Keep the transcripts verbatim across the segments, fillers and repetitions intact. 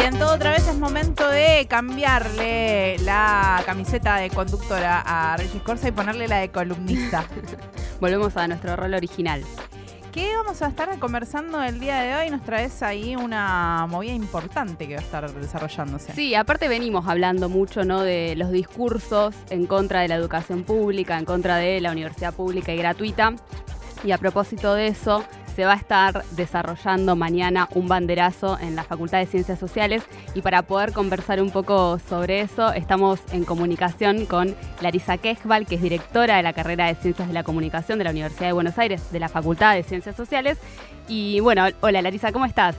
en Todo Otra Vez es momento de cambiarle la camiseta de conductora a Regis Corsa y ponerle la de columnista. Volvemos a nuestro rol original. ¿Qué vamos a estar conversando el día de hoy? Nos traes ahí una movida importante que va a estar desarrollándose. Sí, aparte venimos hablando mucho, ¿no?, de los discursos en contra de la educación pública, en contra de la universidad pública y gratuita. Y a propósito de eso, se va a estar desarrollando mañana un banderazo en la Facultad de Ciencias Sociales y para poder conversar un poco sobre eso estamos en comunicación con Larisa Kejbal, que es directora de la carrera de Ciencias de la Comunicación de la Universidad de Buenos Aires, de la Facultad de Ciencias Sociales. Y bueno, hola Larisa, ¿cómo estás?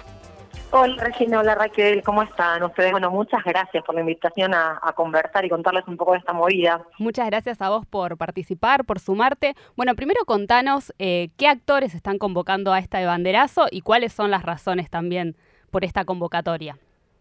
Hola Regina, hola Raquel, ¿cómo están ustedes? Bueno, muchas gracias por la invitación a, a conversar y contarles un poco de esta movida. Muchas gracias a vos por participar, por sumarte. Bueno, primero contanos eh, qué actores están convocando a esta de banderazo y cuáles son las razones también por esta convocatoria.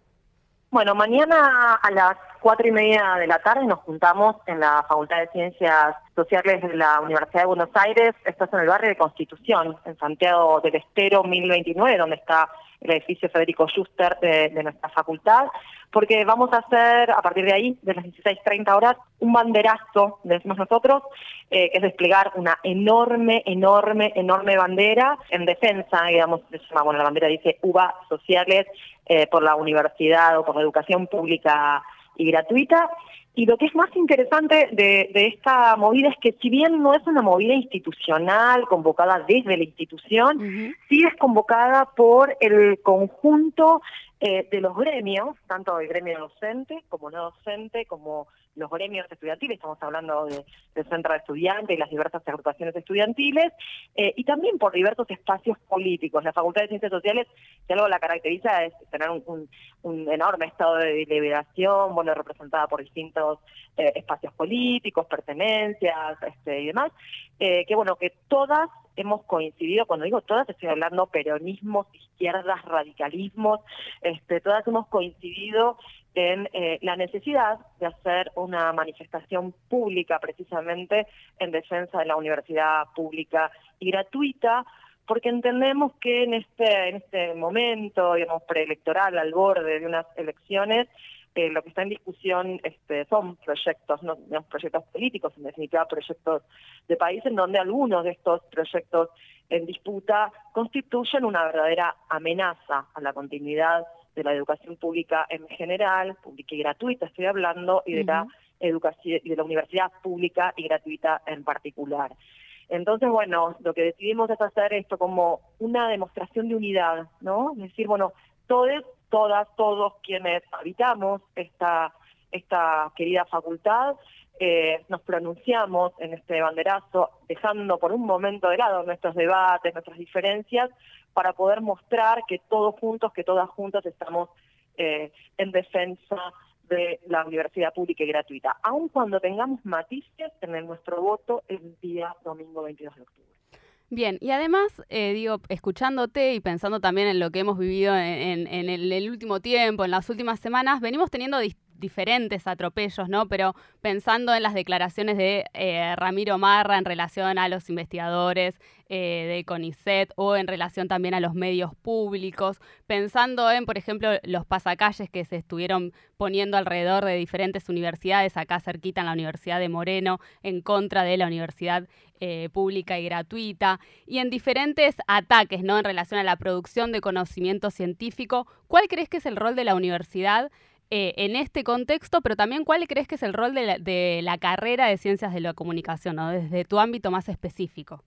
Bueno, mañana a las cuatro y media de la tarde nos juntamos en la Facultad de Ciencias Sociales de la Universidad de Buenos Aires. Esto es en el barrio de Constitución, en Santiago del Estero mil veintinueve, donde está el edificio Federico Schuster de, de nuestra facultad, porque vamos a hacer, a partir de ahí, de las dieciséis treinta horas, un banderazo, decimos nosotros, eh, que es desplegar una enorme, enorme, enorme bandera en defensa, digamos, se llama, bueno, la bandera dice U B A Sociales, eh, por la universidad o por la educación pública y gratuita. Y lo que es más interesante de, de esta movida es que si bien no es una movida institucional convocada desde la institución, uh-huh. sí es convocada por el conjunto eh, de los gremios, tanto el gremio docente como no docente, como los gremios estudiantiles, estamos hablando de, del centro de estudiantes y las diversas agrupaciones estudiantiles, eh, y también por diversos espacios políticos. La Facultad de Ciencias Sociales, si algo la caracteriza, es tener un, un, un enorme estado de deliberación, bueno, representada por distintos eh, espacios políticos, pertenencias, este, y demás, eh, que bueno, que todas hemos coincidido, cuando digo todas estoy hablando peronismos, izquierdas, radicalismos, este, todas hemos coincidido en eh, la necesidad de hacer una manifestación pública precisamente en defensa de la universidad pública y gratuita, porque entendemos que en este, en este momento, digamos, preelectoral, al borde de unas elecciones, Eh, lo que está en discusión este, son proyectos, no, no proyectos políticos, en definitiva proyectos de país, en donde algunos de estos proyectos en disputa constituyen una verdadera amenaza a la continuidad de la educación pública en general, pública y gratuita estoy hablando, y de uh-huh. la educación y de la universidad pública y gratuita en particular. Entonces, bueno, lo que decidimos es hacer esto como una demostración de unidad, ¿no? Es decir, bueno, todos, todas, todos quienes habitamos esta, esta querida facultad, eh, nos pronunciamos en este banderazo, dejando por un momento de lado nuestros debates, nuestras diferencias, para poder mostrar que todos juntos, que todas juntas estamos eh, en defensa de la universidad pública y gratuita, aun cuando tengamos matices en el nuestro voto el día domingo veintidós de octubre. Bien, y además, eh, digo, escuchándote y pensando también en lo que hemos vivido en, en, en el, el último tiempo, en las últimas semanas, venimos teniendo dis- diferentes atropellos, ¿no? Pero pensando en las declaraciones de eh, Ramiro Marra en relación a los investigadores eh, de CONICET o en relación también a los medios públicos, pensando en, por ejemplo, los pasacalles que se estuvieron poniendo alrededor de diferentes universidades, acá cerquita en la Universidad de Moreno, en contra de la universidad eh, pública y gratuita, y en diferentes ataques, ¿no?, en relación a la producción de conocimiento científico. ¿Cuál crees que es el rol de la universidad Eh, en este contexto, pero también cuál crees que es el rol de la, de la carrera de Ciencias de la Comunicación, ¿no?, desde tu ámbito más específico?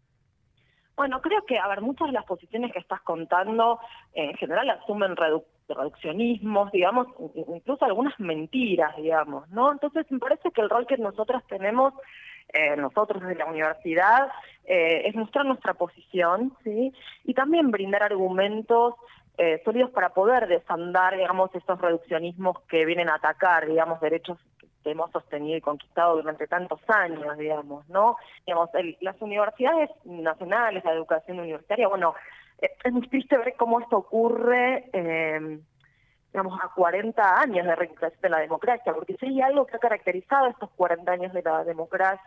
Bueno, creo que, a ver, muchas de las posiciones que estás contando eh, en general asumen redu- reduccionismos, digamos, incluso algunas mentiras, digamos, ¿no? Entonces me parece que el rol que nosotros tenemos, eh, nosotros desde la universidad, eh, es mostrar nuestra posición, ¿sí? Y también brindar argumentos Eh, sólidos para poder desandar, digamos, estos reduccionismos que vienen a atacar, digamos, derechos que hemos sostenido y conquistado durante tantos años, digamos, ¿no? Digamos, el, las universidades nacionales, la educación universitaria, bueno, eh, es muy triste ver cómo esto ocurre, eh, digamos, a cuarenta años de recuperación de la democracia, porque si hay algo que ha caracterizado estos cuarenta años de la democracia,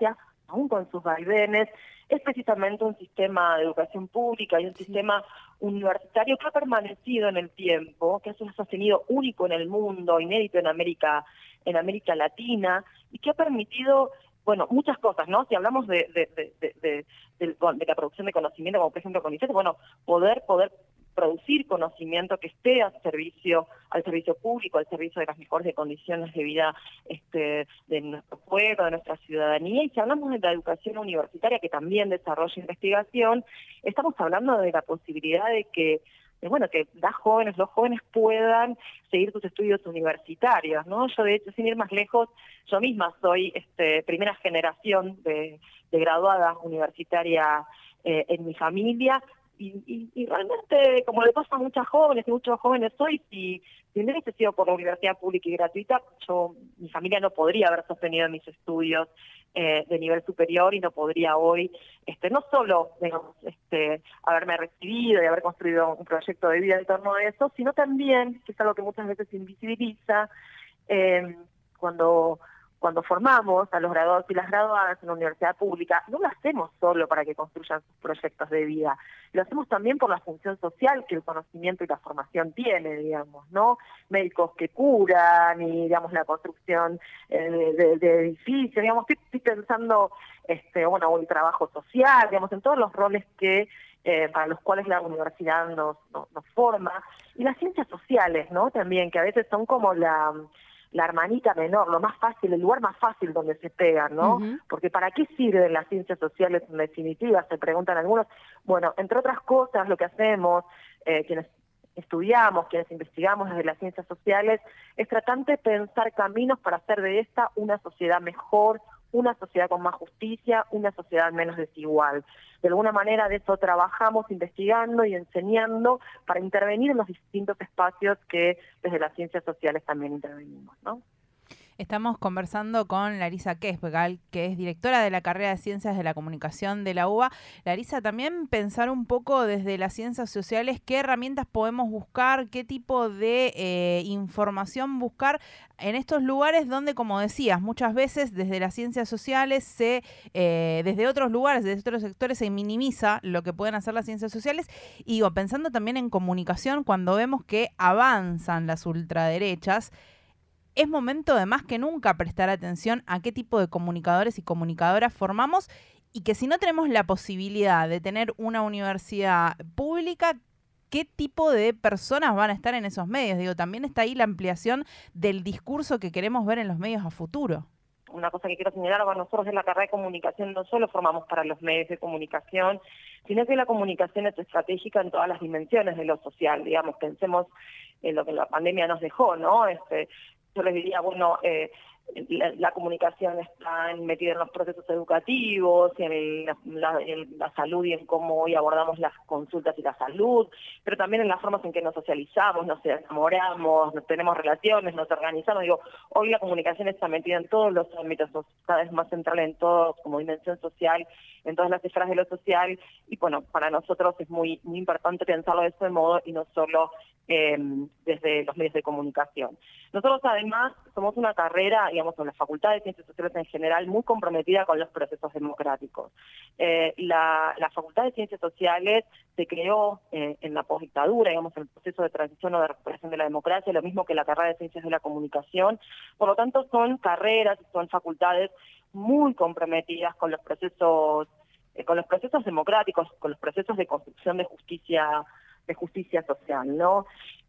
aún con sus vaivenes, es precisamente un sistema de educación pública y un sí. sistema universitario que ha permanecido en el tiempo, que es un sostenido único en el mundo, inédito en América, en América Latina, y que ha permitido, bueno, muchas cosas, ¿no? Si hablamos de, de, de, de, de, de, de la producción de conocimiento, como por ejemplo con ICET, bueno, poder, poder producir conocimiento que esté al servicio, al servicio público, al servicio de las mejores condiciones de vida este, de nuestro pueblo, de nuestra ciudadanía. Y si hablamos de la educación universitaria, que también desarrolla investigación, estamos hablando de la posibilidad de que, de, bueno, que las jóvenes, los jóvenes puedan seguir sus estudios universitarios, ¿no? Yo, de hecho, sin ir más lejos, yo misma soy este, primera generación de, de graduada universitaria eh, en mi familia. Y, y, y realmente, como le pasa a muchas jóvenes y muchos jóvenes hoy, si, si no hubiese sido por la universidad pública y gratuita, yo, mi familia no podría haber sostenido mis estudios eh, de nivel superior y no podría hoy, este, no solo, digamos, este, haberme recibido y haber construido un proyecto de vida en torno a eso, sino también, que es algo que muchas veces se invisibiliza, eh, cuando... Cuando formamos a los graduados y las graduadas en la universidad pública, no lo hacemos solo para que construyan sus proyectos de vida, lo hacemos también por la función social que el conocimiento y la formación tiene, digamos, ¿no? Médicos que curan y, digamos, la construcción eh, de, de, de edificios, digamos, estoy, estoy pensando, este, bueno, el trabajo social, digamos, en todos los roles que eh, para los cuales la universidad nos, nos, nos forma, y las ciencias sociales, ¿no? También, que a veces son como la... la hermanita menor, lo más fácil, el lugar más fácil donde se pegan, ¿no? Uh-huh. Porque ¿para qué sirven las ciencias sociales en definitiva? Se preguntan algunos. Bueno, entre otras cosas, lo que hacemos, eh, quienes estudiamos, quienes investigamos desde las ciencias sociales, es tratar de pensar caminos para hacer de esta una sociedad mejor, una sociedad con más justicia, una sociedad menos desigual. De alguna manera de eso trabajamos investigando y enseñando para intervenir en los distintos espacios que desde las ciencias sociales también intervenimos, ¿no? Estamos conversando con Larisa Quezbegal, que es directora de la carrera de Ciencias de la Comunicación de la U B A. Larisa, también pensar un poco desde las ciencias sociales qué herramientas podemos buscar, qué tipo de eh, información buscar en estos lugares donde, como decías, muchas veces desde las ciencias sociales, se eh, desde otros lugares, desde otros sectores, se minimiza lo que pueden hacer las ciencias sociales. Y digo, pensando también en comunicación, cuando vemos que avanzan las ultraderechas, es momento de más que nunca prestar atención a qué tipo de comunicadores y comunicadoras formamos y que si no tenemos la posibilidad de tener una universidad pública, ¿qué tipo de personas van a estar en esos medios? Digo, también está ahí la ampliación del discurso que queremos ver en los medios a futuro. Una cosa que quiero señalar, bueno, nosotros en la carrera de comunicación no solo formamos para los medios de comunicación, sino que la comunicación es estratégica en todas las dimensiones de lo social, digamos, pensemos en lo que la pandemia nos dejó, ¿no? Este, yo les diría, bueno, eh, la, la comunicación está metida en los procesos educativos, en la, la, en la salud y en cómo hoy abordamos las consultas y la salud, pero también en las formas en que nos socializamos, nos enamoramos, nos tenemos relaciones, nos organizamos. Digo, hoy la comunicación está metida en todos los ámbitos, cada vez más central en todo, como dimensión social, en todas las esferas de lo social, y bueno, para nosotros es muy, muy importante pensarlo de ese modo y no solo eh, desde los medios de comunicación. Nosotros además somos una carrera, digamos, en la Facultad de Ciencias Sociales en general, muy comprometida con los procesos democráticos. Eh, la, la Facultad de Ciencias Sociales se creó eh, en la postdictadura, digamos, en el proceso de transición o de recuperación de la democracia, lo mismo que la carrera de Ciencias de la Comunicación. Por lo tanto, son carreras, son facultades muy comprometidas con los procesos, eh, con los procesos democráticos, con los procesos de construcción de justicia, de justicia social, ¿no?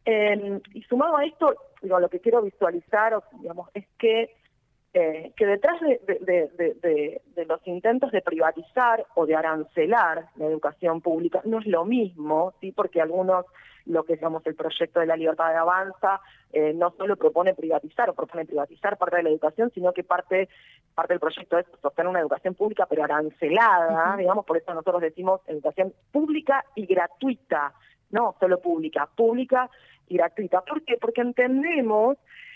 Eh, y sumado a esto, digo, lo que quiero visualizar, digamos, es que eh, que detrás de, de, de, de, de los intentos de privatizar o de arancelar la educación pública no es lo mismo, sí, porque algunos, lo que digamos el proyecto de la libertad de avanza, eh, no solo propone privatizar o propone privatizar parte de la educación, sino que parte parte del proyecto es sostener una educación pública pero arancelada, uh-huh. digamos, por eso nosotros decimos educación pública y gratuita, no solo pública, pública y gratuita. ¿Por qué? Porque entendemos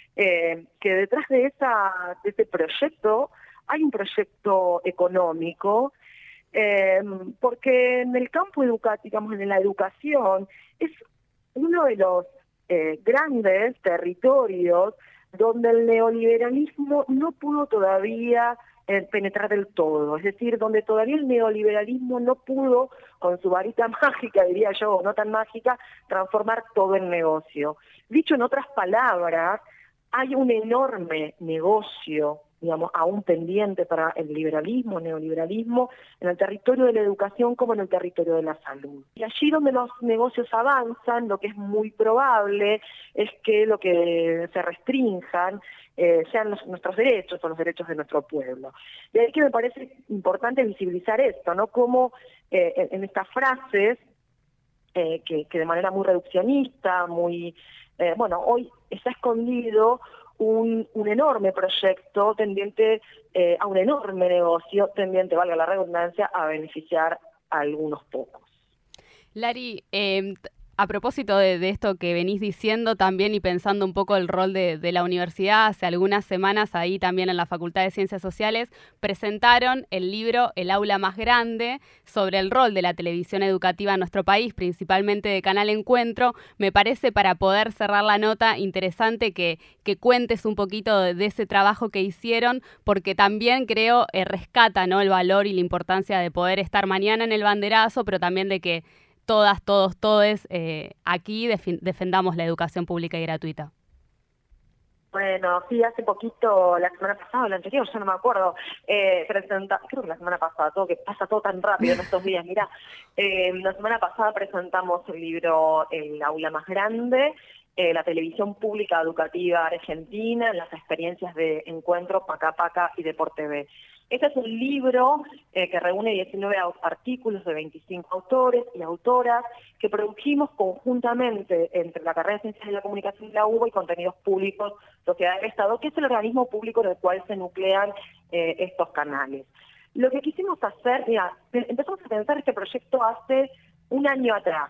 eh, que detrás de, esa, de ese proyecto hay un proyecto económico, eh, porque en el campo educativo, digamos, en la educación, es uno de los eh, grandes territorios donde el neoliberalismo no pudo todavía eh, penetrar del todo, es decir, donde todavía el neoliberalismo no pudo, con su varita mágica, diría yo, no tan mágica, transformar todo en negocio. Dicho en otras palabras, hay un enorme negocio, digamos, aún pendiente para el liberalismo, el neoliberalismo, en el territorio de la educación como en el territorio de la salud. Y allí donde los negocios avanzan, lo que es muy probable es que lo que se restrinjan eh, sean los, nuestros derechos o los derechos de nuestro pueblo. De ahí que me parece importante visibilizar esto, ¿no? Como eh, en, en estas frases, eh, que, que de manera muy reduccionista, muy... Eh, bueno, hoy está escondido Un, un enorme proyecto tendiente eh, a un enorme negocio tendiente, valga la redundancia, a beneficiar a algunos pocos. Lari, eh, a propósito de, de esto que venís diciendo también y pensando un poco el rol de, de la universidad, hace algunas semanas ahí también en la Facultad de Ciencias Sociales presentaron el libro El aula más grande sobre el rol de la televisión educativa en nuestro país, principalmente de Canal Encuentro. Me parece, para poder cerrar la nota, interesante que, que cuentes un poquito de, de ese trabajo que hicieron, porque también creo eh, rescata, ¿no?, el valor y la importancia de poder estar mañana en el banderazo, pero también de que todas, todos, todes eh, aquí def- defendamos la educación pública y gratuita. Bueno, sí, hace poquito, la semana pasada o la anterior, yo no me acuerdo, eh, presenta, creo que la semana pasada, todo que pasa todo tan rápido en estos días, mirá, eh, la semana pasada presentamos el libro El aula más grande, eh, la televisión pública educativa argentina, las experiencias de Encuentro, Paca Paca y Deporte B. Este es un libro eh, que reúne diecinueve artículos de veinticinco autores y autoras que produjimos conjuntamente entre la carrera de Ciencias de la Comunicación de la U B A y Contenidos Públicos, Sociedad del Estado, que es el organismo público en el cual se nuclean eh, estos canales. Lo que quisimos hacer, mira, empezamos a pensar este proyecto hace un año atrás.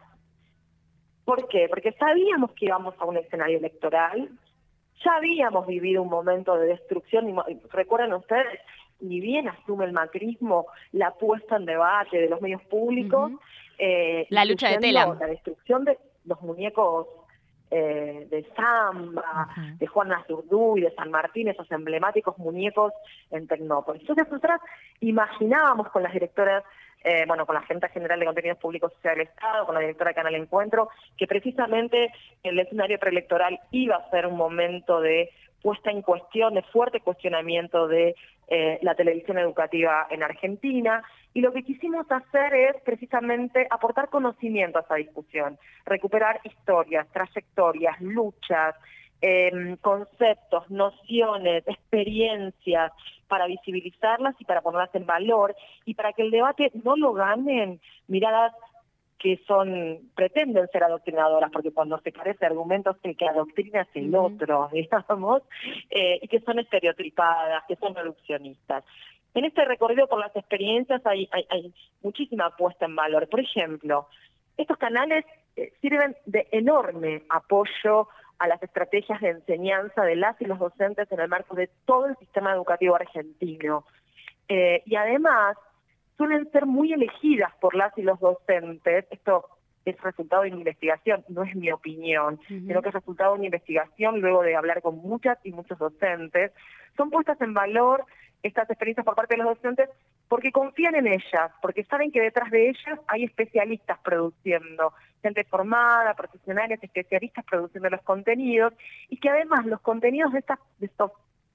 ¿Por qué? Porque sabíamos que íbamos a un escenario electoral, ya habíamos vivido un momento de destrucción, y recuerden ustedes, ni bien asume el macrismo la puesta en debate de los medios públicos, uh-huh. eh, la lucha de Telam, la destrucción de los muñecos eh, de Samba, uh-huh. de Juan Azurduy, de San Martín, esos emblemáticos muñecos en Tecnópolis. Entonces nosotras imaginábamos con las directoras, eh, bueno, con la Agenda General de Contenidos Públicos Social del Estado, con la directora de Canal Encuentro, que precisamente el escenario preelectoral iba a ser un momento de puesta en cuestión, de fuerte cuestionamiento de eh, la televisión educativa en Argentina, y lo que quisimos hacer es precisamente aportar conocimiento a esa discusión, recuperar historias, trayectorias, luchas, eh, conceptos, nociones, experiencias, para visibilizarlas y para ponerlas en valor, y para que el debate no lo ganen miradas que son pretenden ser adoctrinadoras, porque cuando se carece de argumentos el que adoctrina es el otro, digamos, eh, y que son estereotipadas, que son reduccionistas. En este recorrido por las experiencias hay, hay, hay muchísima puesta en valor. Por ejemplo, estos canales eh, sirven de enorme apoyo a las estrategias de enseñanza de las y los docentes en el marco de todo el sistema educativo argentino. Eh, y además, suelen ser muy elegidas por las y los docentes. Esto es resultado de una investigación, no es mi opinión, uh-huh. sino que es resultado de una investigación luego de hablar con muchas y muchos docentes. Son puestas en valor estas experiencias por parte de los docentes porque confían en ellas, porque saben que detrás de ellas hay especialistas produciendo, gente formada, profesionales, especialistas produciendo los contenidos, y que además los contenidos de, estas, de estos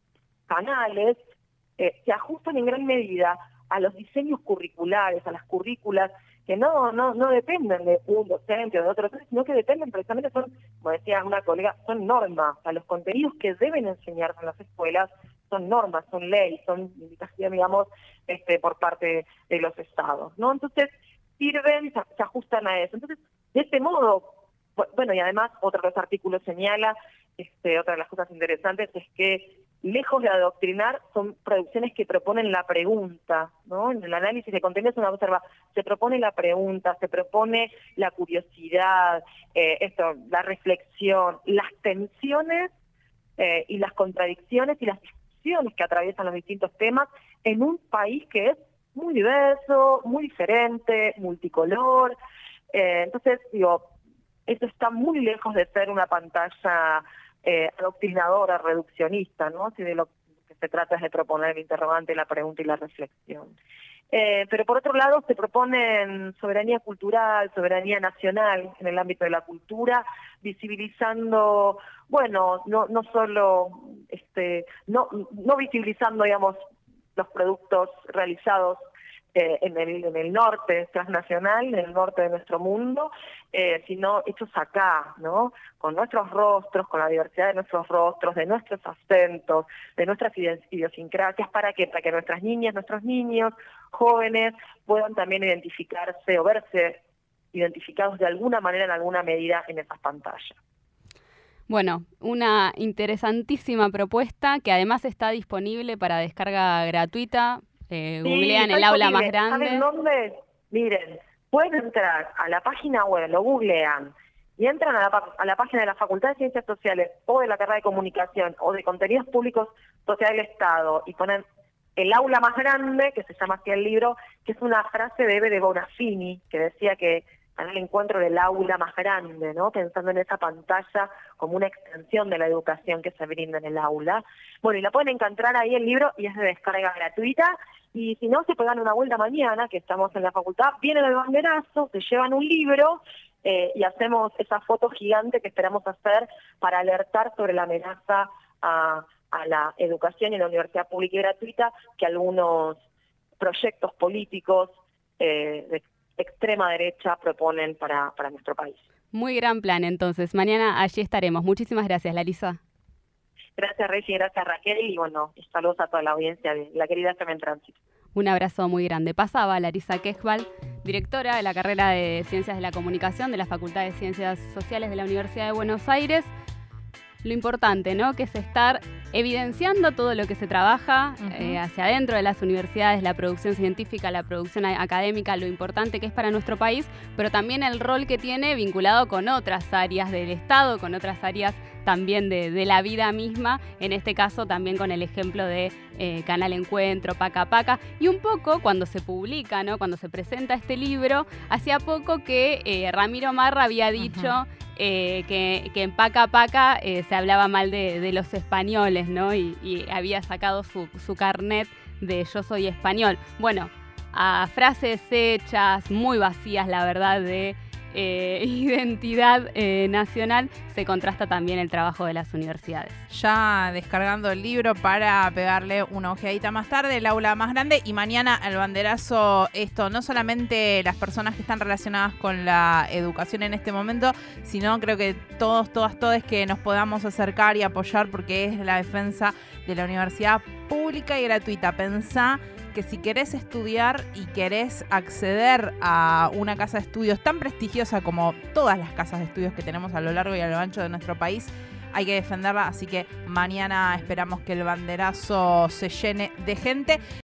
canales eh, se ajustan en gran medida a los diseños curriculares, a las currículas, que no no no dependen de un docente o de otro, sino que dependen precisamente, son, como decía una colega, son normas. O sea, los contenidos que deben enseñarse en las escuelas son normas, son leyes, son indicaciones, digamos, este, por parte de los estados, ¿no? Entonces, sirven, se, se ajustan a eso. Entonces, de este modo, bueno, y además, otro de los artículos señala, este, otra de las cosas interesantes es que, lejos de adoctrinar, son producciones que proponen la pregunta, ¿no? En el análisis de contenidos una observa, se propone la pregunta, se propone la curiosidad, eh, esto, la reflexión, las tensiones eh, y las contradicciones y las discusiones que atraviesan los distintos temas en un país que es muy diverso, muy diferente, multicolor. Eh, entonces, digo, eso está muy lejos de ser una pantalla Eh, adoctrinadora, reduccionista, ¿no? Si de lo que se trata es de proponer el interrogante, la pregunta y la reflexión. Eh, pero por otro lado se proponen soberanía cultural, soberanía nacional en el ámbito de la cultura, visibilizando, bueno, no, no solo, este, no, no visibilizando, digamos, los productos realizados eh, en, el, en el norte transnacional, en el norte de nuestro mundo, eh, sino hechos acá, ¿no? Con nuestros rostros, con la diversidad de nuestros rostros, de nuestros acentos, de nuestras idiosincrasias, ¿para qué? Para que nuestras niñas, nuestros niños, jóvenes, puedan también identificarse o verse identificados de alguna manera, en alguna medida, en esas pantallas. Bueno, una interesantísima propuesta que además está disponible para descarga gratuita. Eh, sí, googlean el aula más grande. ¿Saben dónde? Miren, pueden entrar a la página web, lo googlean, y entran a la, a la página de la Facultad de Ciencias Sociales o de la carrera de Comunicación o de Contenidos Públicos Social del Estado y ponen el aula más grande, que se llama así el libro, que es una frase de Ebe de Bonafini, que decía que en el encuentro del aula más grande, ¿no? Pensando en esa pantalla como una extensión de la educación que se brinda en el aula. Bueno, y la pueden encontrar ahí el libro y es de descarga gratuita. Y si no, se pegan una vuelta mañana, que estamos en la facultad, vienen el banderazo, se llevan un libro eh, y hacemos esa foto gigante que esperamos hacer para alertar sobre la amenaza a, a la educación y la universidad pública y gratuita que algunos proyectos políticos eh, de extrema derecha proponen para, para nuestro país. Muy gran plan, entonces. Mañana allí estaremos. Muchísimas gracias, Larisa. Gracias, Regi, gracias, Raquel, y bueno, saludos a toda la audiencia de la querida F M en Tránsito. Un abrazo muy grande. Pasaba Larisa Quejbal, directora de la carrera de Ciencias de la Comunicación de la Facultad de Ciencias Sociales de la Universidad de Buenos Aires. Lo importante, ¿no? Que es estar evidenciando todo lo que se trabaja uh-huh. eh, hacia adentro de las universidades, la producción científica, la producción académica, lo importante que es para nuestro país, pero también el rol que tiene vinculado con otras áreas del Estado, con otras áreas también de, de la vida misma, en este caso también con el ejemplo de eh, Canal Encuentro, Paca Paca, y un poco cuando se publica, ¿no? Cuando se presenta este libro, hacía poco que eh, Ramiro Marra había dicho uh-huh. eh, que, que en Paca Paca eh, se hablaba mal de, de los españoles, ¿no? Y, y había sacado su, su carnet de yo soy español. Bueno, a frases hechas, muy vacías, la verdad, de Eh, identidad eh, nacional, se contrasta también el trabajo de las universidades. Ya descargando el libro para pegarle una ojeadita más tarde, el aula más grande, y mañana el banderazo, esto, no solamente las personas que están relacionadas con la educación en este momento, sino creo que todos, todas, todos que nos podamos acercar y apoyar, porque es la defensa de la universidad pública y gratuita. Pensá que si querés estudiar y querés acceder a una casa de estudios tan prestigiosa como todas las casas de estudios que tenemos a lo largo y a lo ancho de nuestro país, hay que defenderla, así que mañana esperamos que el banderazo se llene de gente.